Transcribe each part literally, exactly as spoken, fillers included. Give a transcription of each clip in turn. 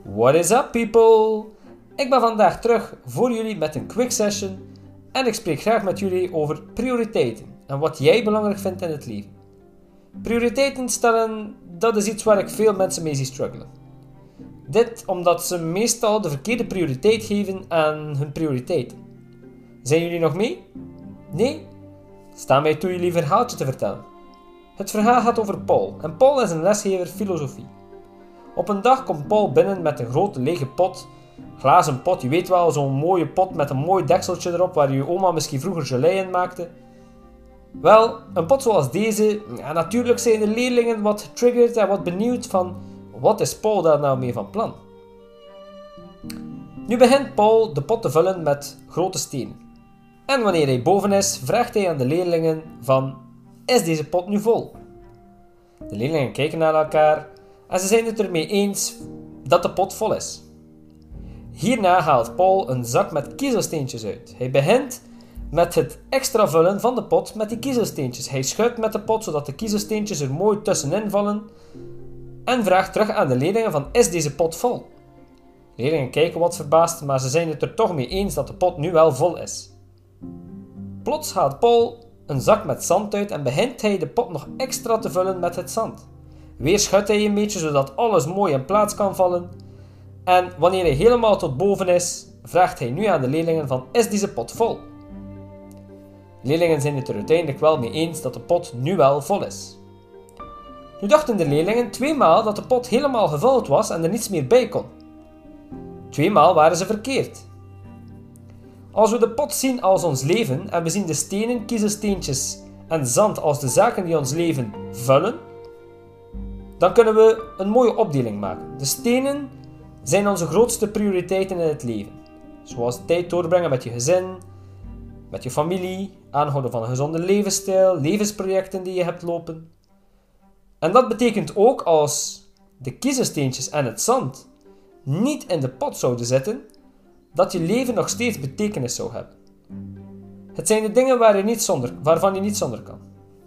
What is up people? Ik ben vandaag terug voor jullie met een quick session en ik spreek graag met jullie over prioriteiten en wat jij belangrijk vindt in het leven. Prioriteiten stellen, dat is iets waar ik veel mensen mee zie struggelen. Dit omdat ze meestal de verkeerde prioriteit geven aan hun prioriteiten. Zijn jullie nog mee? Nee? Sta mij toe jullie verhaaltje te vertellen. Het verhaal gaat over Paul en Paul is een lesgever filosofie. Op een dag komt Paul binnen met een grote lege pot, glazen pot, je weet wel, zo'n mooie pot met een mooi dekseltje erop waar je oma misschien vroeger gelei in maakte. Wel, een pot zoals deze, ja, natuurlijk zijn de leerlingen wat getriggerd en wat benieuwd van wat is Paul daar nou mee van plan. Nu begint Paul de pot te vullen met grote stenen. En wanneer hij boven is, vraagt hij aan de leerlingen van, is deze pot nu vol? De leerlingen kijken naar elkaar en ze zijn het ermee eens dat de pot vol is. Hierna haalt Paul een zak met kiezelsteentjes uit. Hij begint met het extra vullen van de pot met die kiezelsteentjes. Hij schuift met de pot zodat de kiezelsteentjes er mooi tussenin vallen en vraagt terug aan de leerlingen van, is deze pot vol? De leerlingen kijken wat verbaasd, maar ze zijn het er toch mee eens dat de pot nu wel vol is. Plots haalt Paul een zak met zand uit en begint hij de pot nog extra te vullen met het zand. Weer schudt hij een beetje zodat alles mooi in plaats kan vallen. En wanneer hij helemaal tot boven is, vraagt hij nu aan de leerlingen van, is deze pot vol? De leerlingen zijn het er uiteindelijk wel mee eens dat de pot nu wel vol is. Nu dachten de leerlingen tweemaal dat de pot helemaal gevuld was en er niets meer bij kon. Tweemaal waren ze verkeerd. Als we de pot zien als ons leven en we zien de stenen, kiezelsteentjes en zand als de zaken die ons leven vullen, dan kunnen we een mooie opdeling maken. De stenen zijn onze grootste prioriteiten in het leven. Zoals tijd doorbrengen met je gezin, met je familie, aanhouden van een gezonde levensstijl, levensprojecten die je hebt lopen. En dat betekent ook als de kiezelsteentjes en het zand niet in de pot zouden zitten, dat je leven nog steeds betekenis zou hebben. Het zijn de dingen waar je niet zonder, waarvan je niet zonder kan.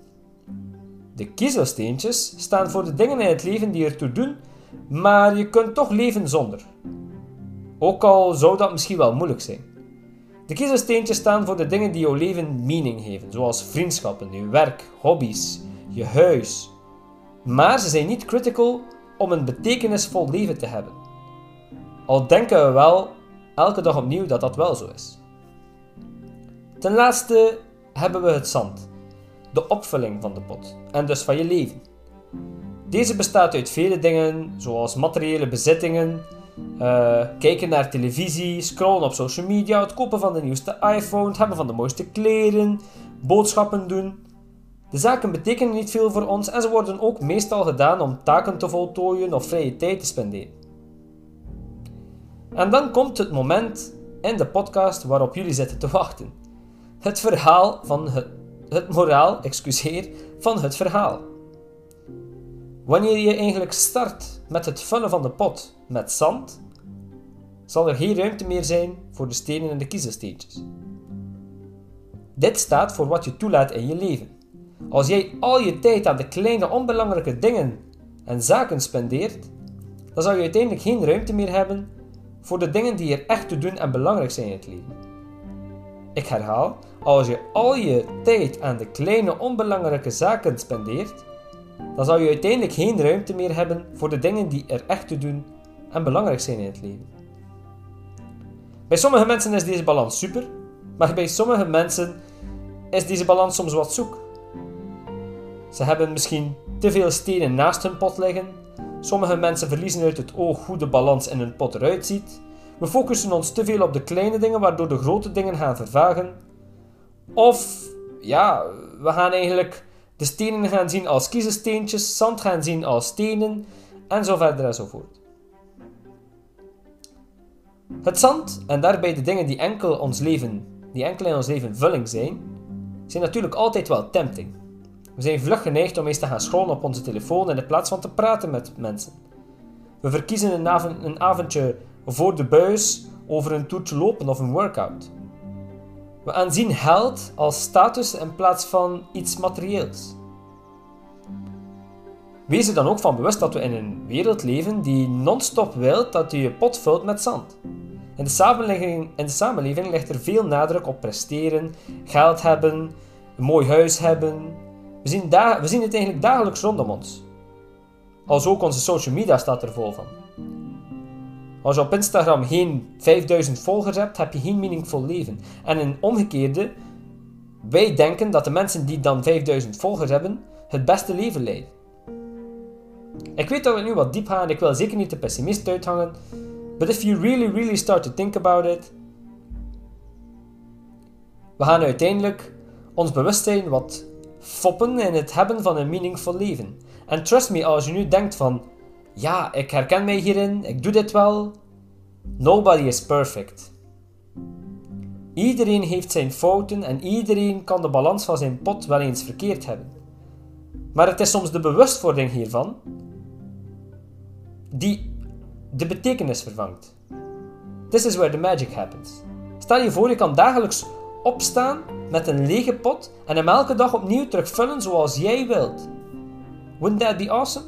De kiezelsteentjes staan voor de dingen in het leven die ertoe doen, maar je kunt toch leven zonder. Ook al zou dat misschien wel moeilijk zijn. De kiezelsteentjes staan voor de dingen die jouw leven meaning geven, zoals vriendschappen, je werk, hobby's, je huis. Maar ze zijn niet critical om een betekenisvol leven te hebben. Al denken we wel elke dag opnieuw dat dat wel zo is. Ten laatste hebben we het zand, de opvulling van de pot en dus van je leven. Deze bestaat uit vele dingen, zoals materiële bezittingen, uh, kijken naar televisie, scrollen op social media, het kopen van de nieuwste iPhone, het hebben van de mooiste kleren, boodschappen doen. De zaken betekenen niet veel voor ons en ze worden ook meestal gedaan om taken te voltooien of vrije tijd te spenderen. En dan komt het moment in de podcast waarop jullie zitten te wachten. Het verhaal van het, het moraal, excuseer, van het verhaal. Wanneer je eigenlijk start met het vullen van de pot met zand, zal er geen ruimte meer zijn voor de stenen en de kiezelsteentjes. Dit staat voor wat je toelaat in je leven. Als jij al je tijd aan de kleine onbelangrijke dingen en zaken spendeert, dan zal je uiteindelijk geen ruimte meer hebben voor de dingen die er echt toe doen en belangrijk zijn in het leven. Ik herhaal, als je al je tijd aan de kleine onbelangrijke zaken spendeert, dan zal je uiteindelijk geen ruimte meer hebben voor de dingen die er echt toe doen en belangrijk zijn in het leven. Bij sommige mensen is deze balans super, maar bij sommige mensen is deze balans soms wat zoek. Ze hebben misschien te veel stenen naast hun pot liggen. Sommige mensen verliezen uit het oog hoe de balans in hun pot eruit ziet. We focussen ons te veel op de kleine dingen, waardoor de grote dingen gaan vervagen. Of, ja, we gaan eigenlijk de stenen gaan zien als kiezelsteentjes, zand gaan zien als stenen, en zo verder en zo voort. Het zand, en daarbij de dingen die enkel, ons leven, die enkel in ons leven vulling zijn, zijn natuurlijk altijd wel tempting. We zijn vlug geneigd om eens te gaan scrollen op onze telefoon in plaats van te praten met mensen. We verkiezen een, avond, een avondje voor de buis over een toertje lopen of een workout. We aanzien geld als status in plaats van iets materieels. Wees er dan ook van bewust dat we in een wereld leven die non-stop wil dat je je pot vult met zand. In de samenleving, in de samenleving ligt er veel nadruk op presteren, geld hebben, een mooi huis hebben. We zien, da- we zien het eigenlijk dagelijks rondom ons. Als ook onze social media staat er vol van. Als je op Instagram geen vijfduizend volgers hebt, heb je geen meaningful leven. En in omgekeerde, wij denken dat de mensen die dan vijfduizend volgers hebben, het beste leven leiden. Ik weet dat we nu wat diep gaan, ik wil zeker niet de pessimist uithangen. But if you really, really start to think about it, we gaan uiteindelijk ons bewustzijn wat foppen in het hebben van een meaningful leven. En trust me, als je nu denkt van, ja, ik herken mij hierin, ik doe dit wel. Nobody is perfect. Iedereen heeft zijn fouten en iedereen kan de balans van zijn pot wel eens verkeerd hebben. Maar het is soms de bewustwording hiervan die de betekenis vervangt. This is where the magic happens. Stel je voor, je kan dagelijks opstaan met een lege pot en hem elke dag opnieuw terugvullen zoals jij wilt. Wouldn't that be awesome?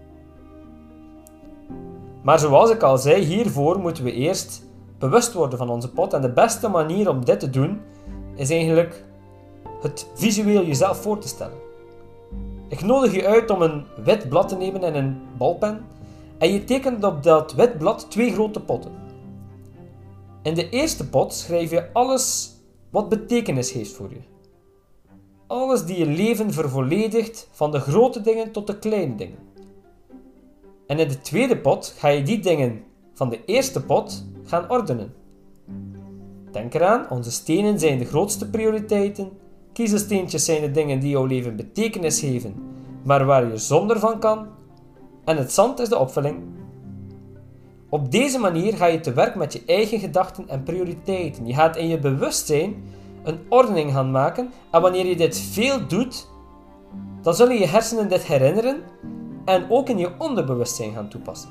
Maar zoals ik al zei, hiervoor moeten we eerst bewust worden van onze pot. En de beste manier om dit te doen, is eigenlijk het visueel jezelf voor te stellen. Ik nodig je uit om een wit blad te nemen en een balpen. En je tekent op dat wit blad twee grote potten. In de eerste pot schrijf je alles wat betekenis heeft voor je. Alles die je leven vervolledigt, van de grote dingen tot de kleine dingen. En in de tweede pot ga je die dingen van de eerste pot gaan ordenen. Denk eraan, onze stenen zijn de grootste prioriteiten. Kiezelsteentjes zijn de dingen die jouw leven betekenis geven, maar waar je zonder van kan. En het zand is de opvulling. Op deze manier ga je te werk met je eigen gedachten en prioriteiten. Je gaat in je bewustzijn een ordening gaan maken. En wanneer je dit veel doet, dan zullen je hersenen dit herinneren en ook in je onderbewustzijn gaan toepassen.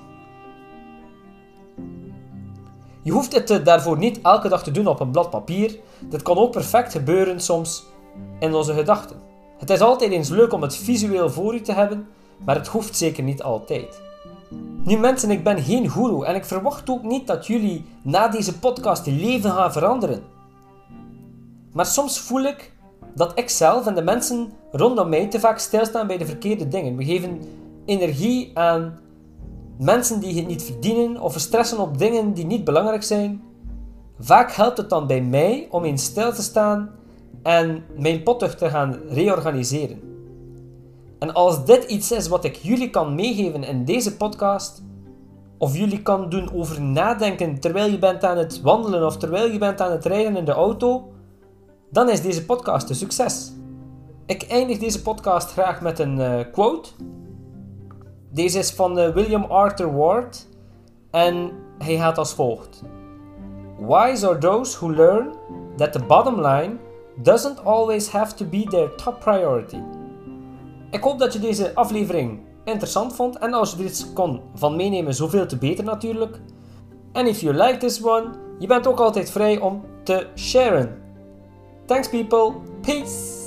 Je hoeft het daarvoor niet elke dag te doen op een blad papier. Dit kan ook perfect gebeuren soms in onze gedachten. Het is altijd eens leuk om het visueel voor je te hebben, maar het hoeft zeker niet altijd. Nu mensen, ik ben geen goeroe en ik verwacht ook niet dat jullie na deze podcast je leven gaan veranderen. Maar soms voel ik dat ik zelf en de mensen rondom mij te vaak stilstaan bij de verkeerde dingen. We geven energie aan mensen die het niet verdienen of we stressen op dingen die niet belangrijk zijn. Vaak helpt het dan bij mij om eens stil te staan en mijn pot terug te gaan reorganiseren. En als dit iets is wat ik jullie kan meegeven in deze podcast, of jullie kan doen over nadenken terwijl je bent aan het wandelen of terwijl je bent aan het rijden in de auto, dan is deze podcast een succes. Ik eindig deze podcast graag met een uh, quote. Deze is van uh, William Arthur Ward en hij gaat als volgt. Wise are those who learn that the bottom line doesn't always have to be their top priority. Ik hoop dat je deze aflevering interessant vond en als je er iets kon van meenemen, zoveel te beter natuurlijk. And if you like this one, je bent ook altijd vrij om te sharen. Thanks people, peace!